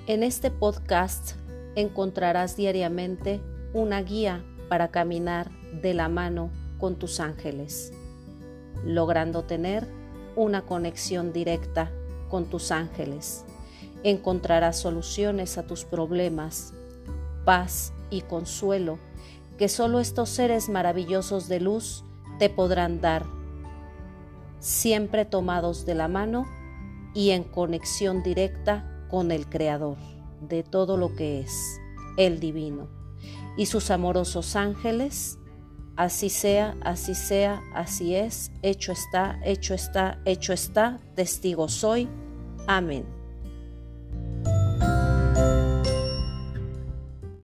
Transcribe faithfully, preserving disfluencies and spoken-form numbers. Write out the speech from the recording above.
En este podcast encontrarás diariamente una guía para caminar de la mano con tus ángeles, logrando tener una conexión directa con tus ángeles. Encontrarás soluciones a tus problemas, paz y consuelo que solo estos seres maravillosos de luz te podrán dar, siempre tomados de la mano y en conexión directa con el Creador de todo lo que es, el Divino, y sus amorosos ángeles. Así sea, así sea, así es, hecho está, hecho está, hecho está, testigo soy. Amén.